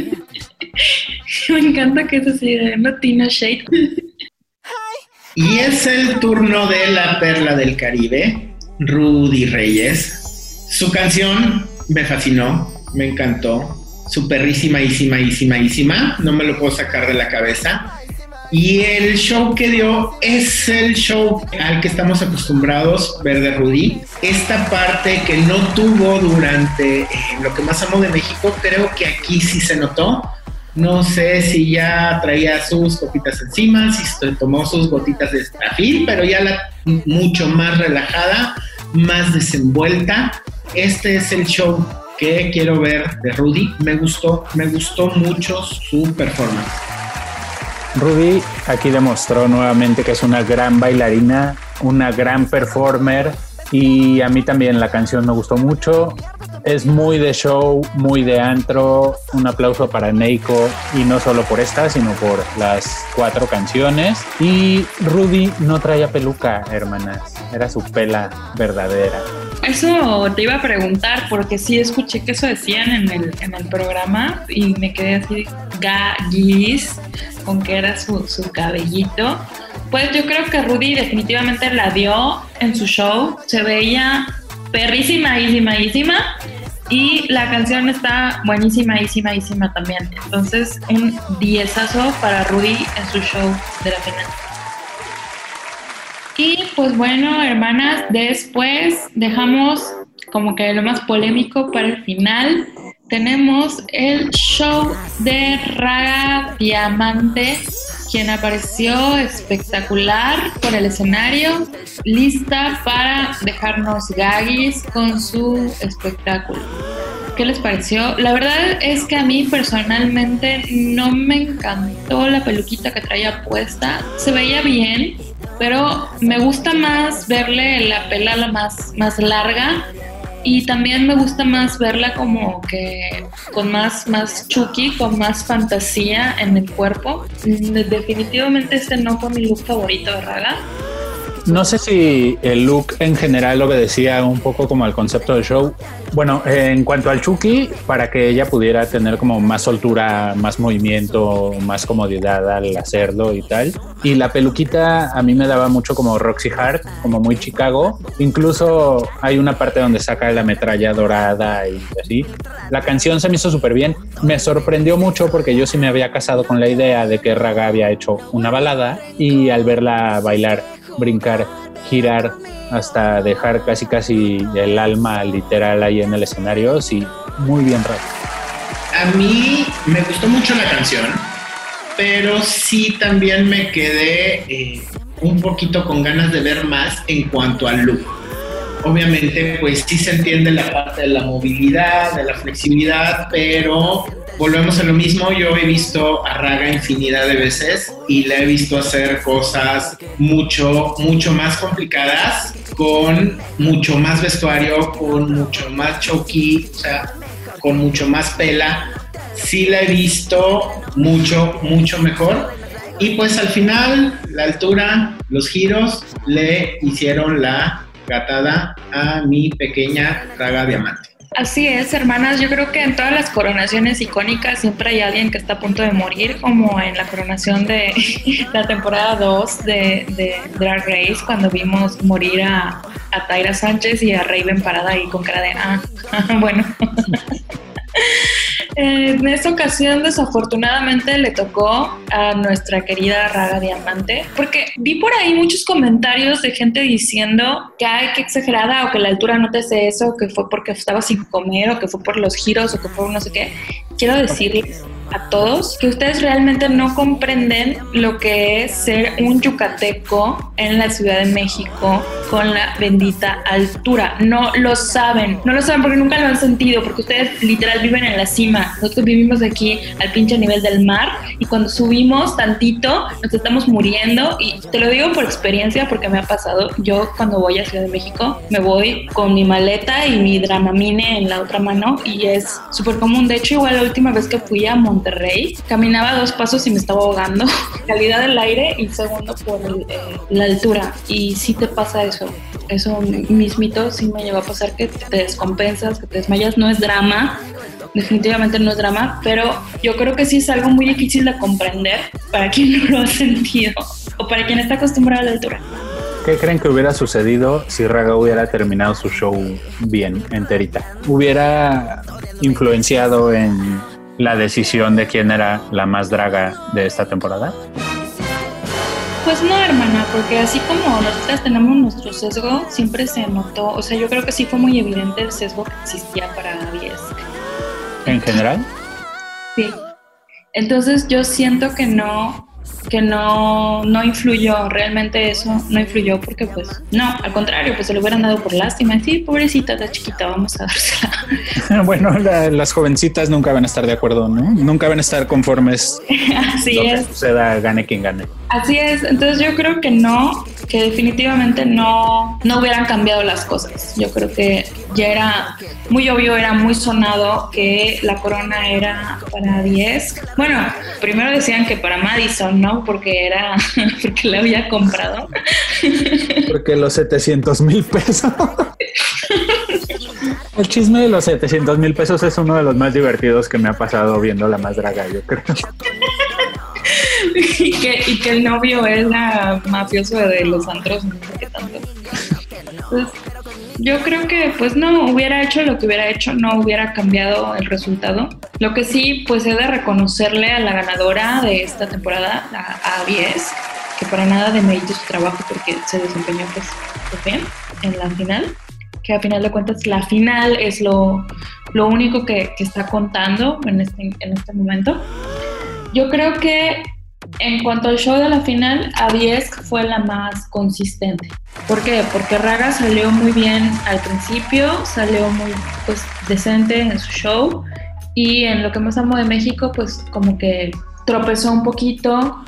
Me encanta que es así de no Tina Shade. Y es el turno de la perla del Caribe, Rudy Reyes. Su canción me fascinó, me encantó, su perrísima, ísima, ísima, ísima, no me lo puedo sacar de la cabeza. Y el show que dio es el show al que estamos acostumbrados ver de Rudy. Esta parte que no tuvo durante eh, Lo que más amo de México, creo que aquí sí se notó. No sé si ya traía sus copitas encima, si se tomó sus gotitas de estrafil, pero ya la mucho más relajada, más desenvuelta. Este es el show que quiero ver de Rudy. Me gustó, me gustó mucho su performance. Rudy aquí demostró nuevamente que es una gran bailarina, una gran performer, y a mí también la canción me gustó mucho. Es muy de show, muy de antro. Un aplauso para Neiko, y no solo por esta, sino por las cuatro canciones. Y Rudy no traía peluca, hermanas, era su pela verdadera. Eso te iba a preguntar, porque sí escuché que eso decían en el, en el programa y me quedé así gaguis con que era su, su cabellito. Pues yo creo que Rudy definitivamente la dio en su show, se veía perrísima, ísima, ísima, y la canción está buenísima, ísima, ísima también. Entonces un diezazo para Rudy en su show de la final. Y pues bueno, hermanas, después dejamos como que lo más polémico para el final. Tenemos el show de Raga Diamante, quien apareció espectacular por el escenario, lista para dejarnos gaguis con su espectáculo. ¿Qué les pareció? La verdad es que a mí personalmente no me encantó la peluquita que traía puesta. Se veía bien, pero me gusta más verle la pela la más, más larga, y también me gusta más verla como que con más, más chuki, con más fantasía en el cuerpo. Definitivamente este no fue mi look favorito de Raga. No sé si el look en general obedecía un poco como al concepto del show. Bueno, en cuanto al Chucky, para que ella pudiera tener como más soltura, más movimiento, más comodidad al hacerlo y tal. Y la peluquita a mí me daba mucho como Roxy Hart, como muy Chicago. Incluso hay una parte donde saca la metralla dorada y así. La canción se me hizo súper bien. Me sorprendió mucho porque yo sí me había casado con la idea de que Raga había hecho una balada, y al verla bailar, brincar, girar, hasta dejar casi casi el alma literal ahí en el escenario, sí, muy bien, Raga. A mí me gustó mucho la canción, pero sí también me quedé eh, un poquito con ganas de ver más en cuanto al look. Obviamente, pues sí se entiende la parte de la movilidad, de la flexibilidad, pero volvemos a lo mismo. Yo he visto a Raga infinidad de veces y la he visto hacer cosas mucho, mucho más complicadas, con mucho más vestuario, con mucho más choqui, o sea, con mucho más pela. Sí la he visto mucho, mucho mejor. Y pues al final, la altura, los giros, le hicieron la gatada a mi pequeña Raga Diamante. Así es, hermanas. Yo creo que en todas las coronaciones icónicas siempre hay alguien que está a punto de morir, como en la coronación de la temporada dos de, de Drag Race, cuando vimos morir a, a Tyra Sánchez y a Raven parada ahí con cara de ah, bueno. En esta ocasión, desafortunadamente, le tocó a nuestra querida Raga Diamante, porque vi por ahí muchos comentarios de gente diciendo que ay, qué exagerada, o que la altura no te hace eso, o que fue porque estaba sin comer, o que fue por los giros, o que fue no sé qué. Quiero decirles a todos que ustedes realmente no comprenden lo que es ser un yucateco en la Ciudad de México con la bendita altura. No lo saben, no lo saben porque nunca lo han sentido, porque ustedes literal viven en la cima. Nosotros vivimos aquí al pinche nivel del mar y cuando subimos tantito nos estamos muriendo, y te lo digo por experiencia porque me ha pasado. Yo cuando voy a Ciudad de México me voy con mi maleta y mi Dramamine en la otra mano y es súper común. De hecho, igual la última vez que fui a Monterrey caminaba dos pasos y me estaba ahogando. Calidad del aire y segundo por el, eh, la altura. Y sí te pasa eso. Eso mismito sí me llegó a pasar, que te descompensas, que te desmayas. No es drama, definitivamente no es drama, pero yo creo que sí es algo muy difícil de comprender para quien no lo ha sentido o para quien está acostumbrado a la altura. ¿Qué creen que hubiera sucedido si Raga hubiera terminado su show bien, enterita? ¿Hubiera influenciado en la decisión de quién era la más draga de esta temporada? Pues no, hermana, porque así como nosotras tenemos nuestro sesgo, siempre se notó, o sea, yo creo que sí fue muy evidente el sesgo que existía para Aviesk. ¿En general? Sí. Entonces yo siento que no, que no, no influyó, realmente eso no influyó porque pues, no, al contrario, pues se lo hubieran dado por lástima. Sí, pobrecita, la chiquita, vamos a dársela. Bueno, la, las jovencitas nunca van a estar de acuerdo, ¿no? Nunca van a estar conformes. Así lo es. Que suceda, gane quien gane. Así es, entonces yo creo que no, que definitivamente no, no hubieran cambiado las cosas. Yo creo que ya era muy obvio, era muy sonado que la corona era para Aviesk. Bueno, primero decían que para Madison, ¿no? Porque era, porque la había comprado. Porque los setecientos mil pesos. El chisme de los setecientos mil pesos es uno de los más divertidos que me ha pasado viendo La Más Draga, yo creo. y, que, y que el novio era mafioso de los antros, no sé qué tanto. Pues, yo creo que pues no hubiera hecho lo que hubiera hecho, no hubiera cambiado el resultado. Lo que sí, pues he de reconocerle a la ganadora de esta temporada, a Aviesk, que para nada demerito su trabajo porque se desempeñó pues, pues bien en la final, que a final de cuentas la final es lo, lo único que, que está contando en este, en este momento. Yo creo que en cuanto al show de la final, Aviesk fue la más consistente. ¿Por qué? Porque Raga salió muy bien al principio, salió muy pues, decente en su show, y en Lo que más amo de México, pues como que tropezó un poquito.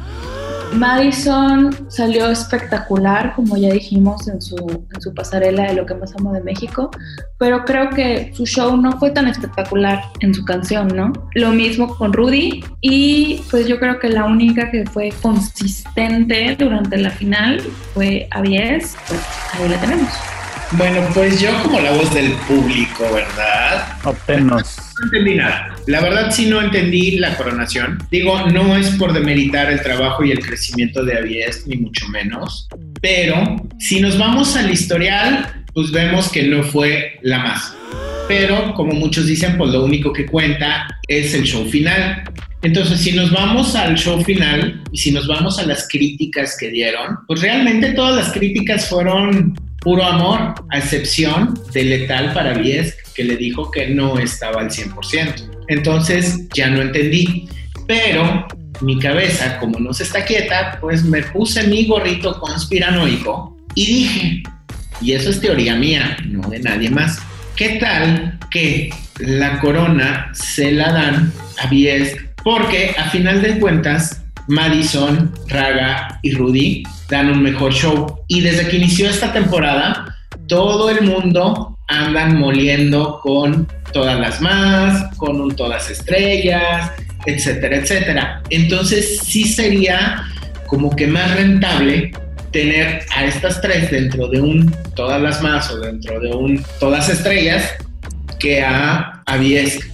Madison salió espectacular, como ya dijimos en su, en su pasarela de Lo que más amo de México, pero creo que su show no fue tan espectacular en su canción, ¿no? Lo mismo con Rudy, y pues yo creo que la única que fue consistente durante la final fue Aviesk, pues ahí la tenemos. Bueno, pues yo como la voz del público, ¿verdad? Obténnos. No entendí nada. La verdad sí no entendí la coronación. Digo, no es por demeritar el trabajo y el crecimiento de Aviesk, ni mucho menos. Pero si nos vamos al historial, pues vemos que no fue la más. Pero como muchos dicen, pues lo único que cuenta es el show final. Entonces, si nos vamos al show final y si nos vamos a las críticas que dieron, pues realmente todas las críticas fueron puro amor, a excepción de Letal para Aviesk, que le dijo que no estaba al cien por ciento. Entonces, ya no entendí. Pero mi cabeza, como no se está quieta, pues me puse mi gorrito conspiranoico y dije, y eso es teoría mía, no de nadie más, ¿qué tal que la corona se la dan a Aviesk? Porque a final de cuentas, Madison, Raga y Rudy dan un mejor show. Y desde que inició esta temporada, todo el mundo andan moliendo con Todas las Más, con un Todas Estrellas, etcétera, etcétera. Entonces sí sería como que más rentable tener a estas tres dentro de un Todas las Más o dentro de un Todas Estrellas que a Aviesk.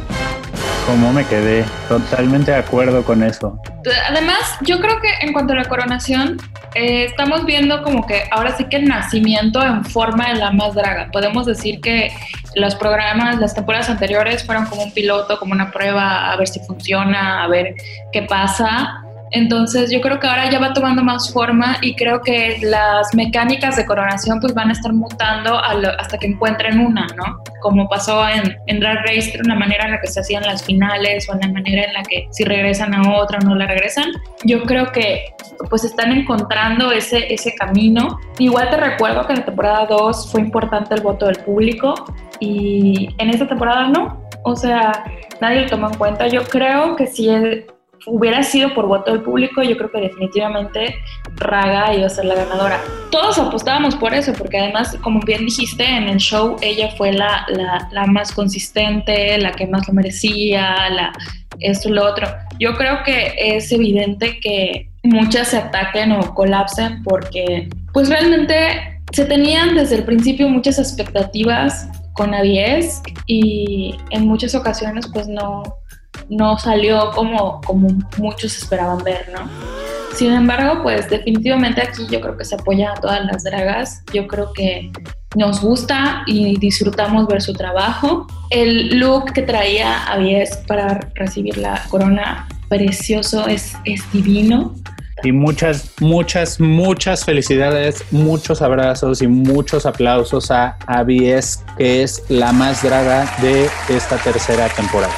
¿Cómo me quedé? Totalmente de acuerdo con eso. Además, yo creo que en cuanto a la coronación, eh, estamos viendo como que ahora sí que el nacimiento en forma de La Más Draga. Podemos decir que los programas, las temporadas anteriores fueron como un piloto, como una prueba, a ver si funciona, a ver qué pasa. Entonces yo creo que ahora ya va tomando más forma y creo que las mecánicas de coronación pues van a estar mutando a lo, hasta que encuentren una, ¿no? Como pasó en, en Drag Race, era una manera en la que se hacían las finales o en la manera en la que si regresan a otra o no la regresan. Yo creo que pues están encontrando ese, ese camino. Igual te recuerdo que en la temporada dos fue importante el voto del público y en esta temporada no. O sea, nadie lo tomó en cuenta. Yo creo que si él hubiera sido por voto del público, yo creo que definitivamente Raga iba a ser la ganadora. Todos apostábamos por eso, porque además, como bien dijiste, en el show ella fue la, la, la más consistente, la que más lo merecía, la, esto y lo otro. Yo creo que es evidente que muchas se ataquen o colapsen porque pues realmente se tenían desde el principio muchas expectativas con A B S y en muchas ocasiones pues no, no salió como, como muchos esperaban ver, ¿no? Sin embargo, pues definitivamente aquí yo creo que se apoya a todas las dragas. Yo creo que nos gusta y disfrutamos ver su trabajo. El look que traía A B S para recibir la corona, precioso, es, es divino. Y muchas, muchas, muchas felicidades, muchos abrazos y muchos aplausos a A B S, que es la más draga de esta tercera temporada.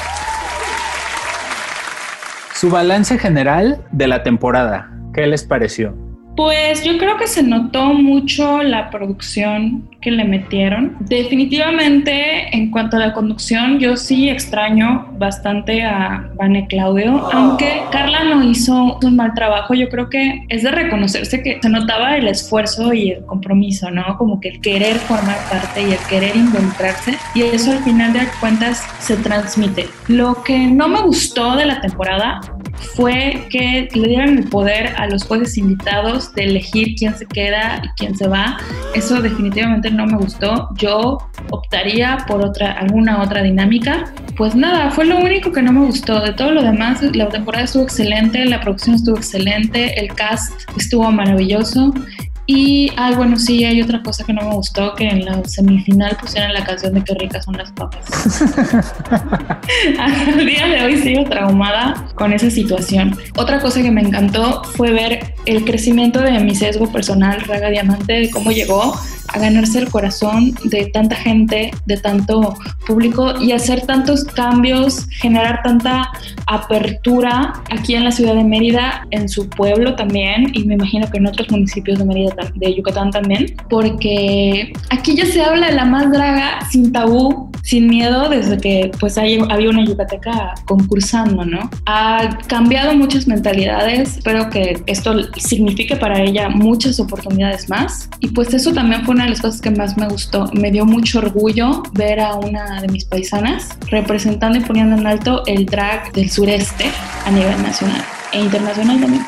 Su balance general de la temporada, ¿qué les pareció? Pues yo creo que se notó mucho la producción que le metieron. Definitivamente, en cuanto a la conducción, yo sí extraño bastante a Vane Claudio, oh. aunque Carla no hizo un mal trabajo. Yo creo que es de reconocerse que se notaba el esfuerzo y el compromiso, ¿no? Como que el querer formar parte y el querer involucrarse, y eso al final de cuentas se transmite. Lo que no me gustó de la temporada fue que le dieran el poder a los jueces invitados de elegir quién se queda y quién se va. Eso definitivamente no me gustó. Yo optaría por otra, alguna otra dinámica. Pues nada, fue lo único que no me gustó. De todo lo demás, la temporada estuvo excelente, la producción estuvo excelente, el cast estuvo maravilloso. Y, ay, bueno, sí, hay otra cosa que no me gustó, que en la semifinal pusieran la canción de Qué ricas son las papas. Al día de hoy sigo traumada con esa situación. Otra cosa que me encantó fue ver el crecimiento de mi sesgo personal, Raga Diamante, de cómo llegó a ganarse el corazón de tanta gente, de tanto público y hacer tantos cambios, generar tanta apertura aquí en la ciudad de Mérida, en su pueblo también, y me imagino que en otros municipios de Mérida, de Yucatán también, porque aquí ya se habla de la más draga sin tabú, sin miedo, desde que pues hay, había una yucateca concursando, ¿no? Ha cambiado muchas mentalidades, espero que esto signifique para ella muchas oportunidades más, y pues eso también fue una de las cosas que más me gustó. Me dio mucho orgullo ver a una de mis paisanas representando y poniendo en alto el drag del sureste a nivel nacional e internacional también.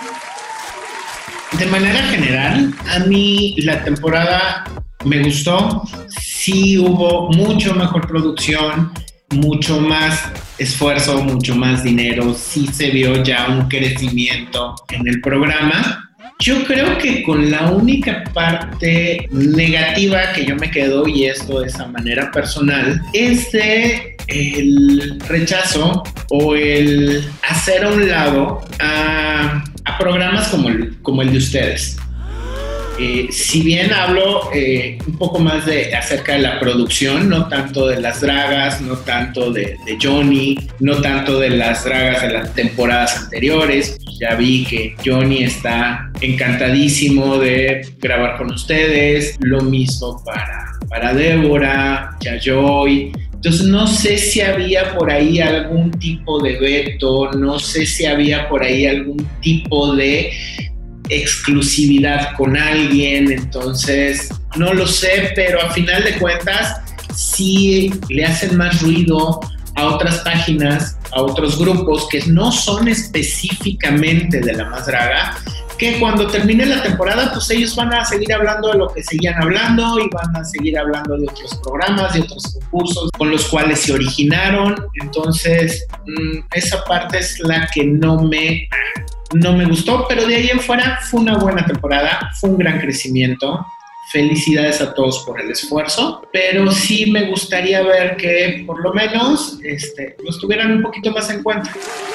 De manera general, a mí la temporada me gustó. Sí hubo mucho mejor producción, mucho más esfuerzo, mucho más dinero. Sí se vio ya un crecimiento en el programa. Yo creo que con la única parte negativa que yo me quedo, y esto es a manera personal, es de el rechazo o el hacer a un lado a, a programas como el, como el de ustedes. Eh, si bien hablo eh, un poco más de acerca de la producción, no tanto de las dragas, no tanto de, de Johnny, no tanto de las dragas de las temporadas anteriores. Ya vi que Johnny está encantadísimo de grabar con ustedes, lo mismo para, para Débora, Yayoy. Entonces no sé si había por ahí algún tipo de veto, no sé si había por ahí algún tipo de exclusividad con alguien, entonces no lo sé, pero a final de cuentas sí le hacen más ruido a otras páginas, a otros grupos que no son específicamente de la más draga, que cuando termine la temporada pues ellos van a seguir hablando de lo que seguían hablando y van a seguir hablando de otros programas, de otros concursos con los cuales se originaron. Entonces mmm, esa parte es la que no me no me gustó, pero de ahí en fuera fue una buena temporada, fue un gran crecimiento. Felicidades a todos por el esfuerzo, pero sí me gustaría ver que por lo menos este, los tuvieran un poquito más en cuenta.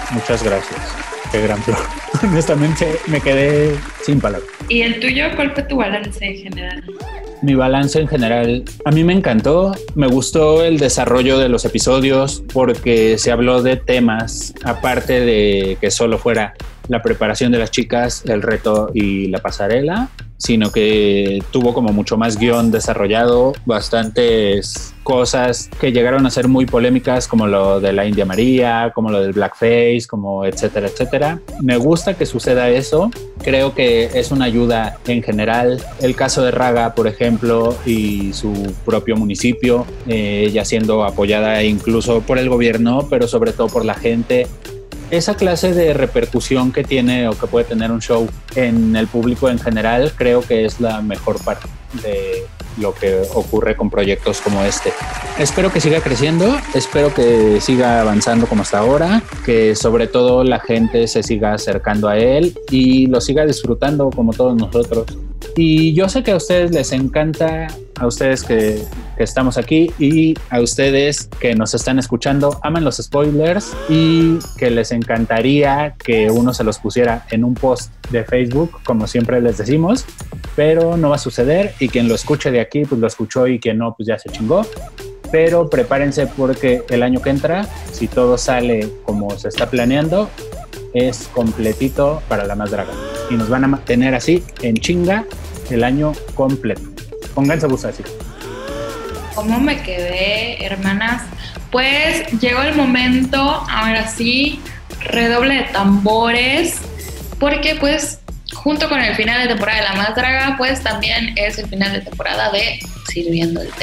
Muchas gracias. Qué gran flor. Honestamente me quedé sin palabras. ¿Y el tuyo? ¿Cuál fue tu balance en general? Mi balance en general, a mí me encantó, me gustó el desarrollo de los episodios porque se habló de temas, aparte de que solo fuera la preparación de las chicas, el reto y la pasarela, sino que tuvo como mucho más guión desarrollado, bastantes cosas que llegaron a ser muy polémicas, como lo de la India María, como lo del blackface, como etcétera, etcétera. Me gusta que suceda eso, creo que es una ayuda en general. El caso de Raga, por ejemplo, y su propio municipio, eh, ella siendo apoyada incluso por el gobierno, pero sobre todo por la gente. Esa clase de repercusión que tiene o que puede tener un show en el público en general, creo que es la mejor parte de lo que ocurre con proyectos como este. Espero que siga creciendo, espero que siga avanzando como hasta ahora, que sobre todo la gente se siga acercando a él y lo siga disfrutando como todos nosotros. Y yo sé que a ustedes les encanta, a ustedes que, que estamos aquí y a ustedes que nos están escuchando, aman los spoilers y que les encantaría que uno se los pusiera en un post de Facebook, como siempre les decimos, pero no va a suceder y quien lo escuche de aquí, pues lo escuchó y quien no, pues ya se chingó. Pero prepárense porque el año que entra, si todo sale como se está planeando, es completito para La Más Draga. Y nos van a tener así en chinga el año completo. Pónganse a buscar así. ¿Cómo me quedé, hermanas? Pues llegó el momento, ahora sí, redoble de tambores, porque pues junto con el final de temporada de La Más Draga, pues también es el final de temporada de Sirviendo el Té.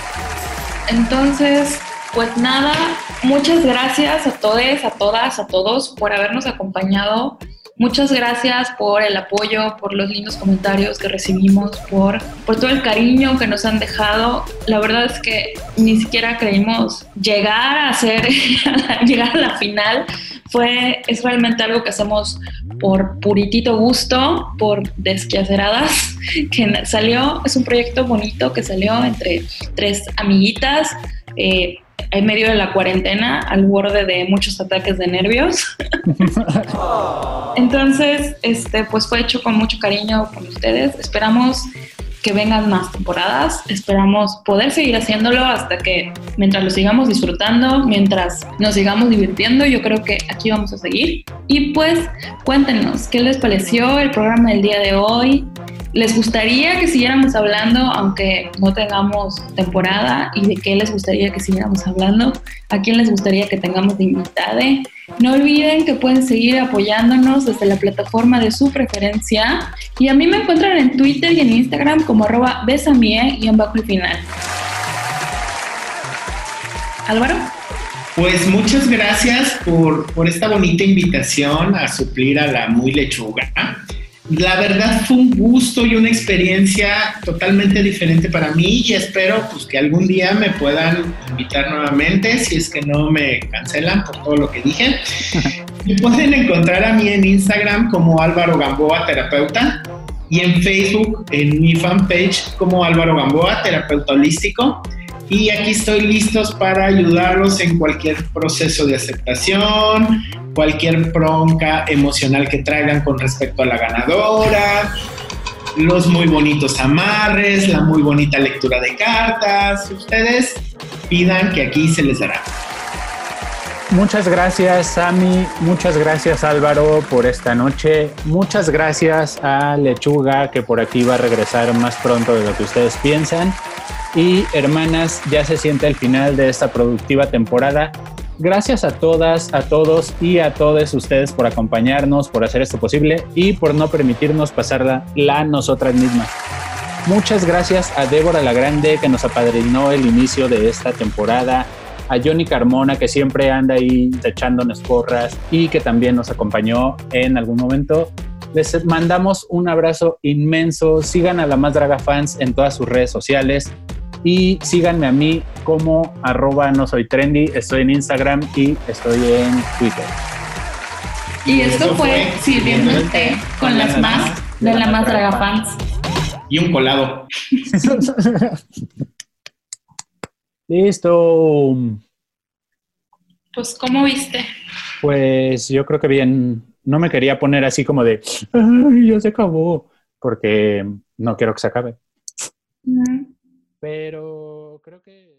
Entonces, pues nada, muchas gracias a todos, a todas, a todos por habernos acompañado. Muchas gracias por el apoyo, por los lindos comentarios que recibimos, por, por todo el cariño que nos han dejado. La verdad es que ni siquiera creímos llegar a hacer, llegar a la final. Fue, es realmente algo que hacemos por puritito gusto, por desquaceradas, que salió, es un proyecto bonito que salió entre tres amiguitas, eh, en medio de la cuarentena, al borde de muchos ataques de nervios. Entonces, este, pues fue hecho con mucho cariño con ustedes. Esperamos que vengan más temporadas. Esperamos poder seguir haciéndolo hasta que, mientras lo sigamos disfrutando, mientras nos sigamos divirtiendo, yo creo que aquí vamos a seguir. Y pues, cuéntenos, ¿qué les pareció el programa del día de hoy? ¿Les gustaría que siguiéramos hablando aunque no tengamos temporada? ¿Y de qué les gustaría que siguiéramos hablando? ¿A quién les gustaría que tengamos de invitada? No olviden que pueden seguir apoyándonos desde la plataforma de su preferencia. Y a mí me encuentran en Twitter y en Instagram como arroba besamie y en bajo el final. ¿Álvaro? Pues muchas gracias por, por esta bonita invitación a suplir a la Muy Lechuga. La verdad fue un gusto y una experiencia totalmente diferente para mí y espero pues que algún día me puedan invitar nuevamente si es que no me cancelan por todo lo que dije. Me pueden encontrar a mí en Instagram como Álvaro Gamboa Terapeuta y en Facebook en mi fanpage como Álvaro Gamboa Terapeuta Holístico. Y aquí estoy listos para ayudarlos en cualquier proceso de aceptación, cualquier bronca emocional que traigan con respecto a la ganadora, los muy bonitos amarres, la muy bonita lectura de cartas. Ustedes pidan que aquí se les dará. Muchas gracias, Sammy. Muchas gracias, Álvaro, por esta noche. Muchas gracias a Lechuga, que por aquí va a regresar más pronto de lo que ustedes piensan. Y hermanas, ya se siente el final de esta productiva temporada. Gracias a todas, a todos y a todos ustedes por acompañarnos, por hacer esto posible y por no permitirnos pasarla la nosotras mismas. Muchas gracias a Débora la Grande, que nos apadrinó el inicio de esta temporada, a Johnny Carmona, que siempre anda ahí echándonos porras y que también nos acompañó en algún momento. Les mandamos un abrazo inmenso. Sigan a La Más Draga Fans en todas sus redes sociales y síganme a mí como arroba no soy trendy. Estoy en Instagram y estoy en Twitter. Y esto fue Sirviendo el Té con las más de La Más Draga Fans. Y un colado. Listo. Pues, ¿cómo viste? Pues yo creo que bien, no me quería poner así como de, ¡ay, ya se acabó! Porque no quiero que se acabe. Mm. Pero creo que...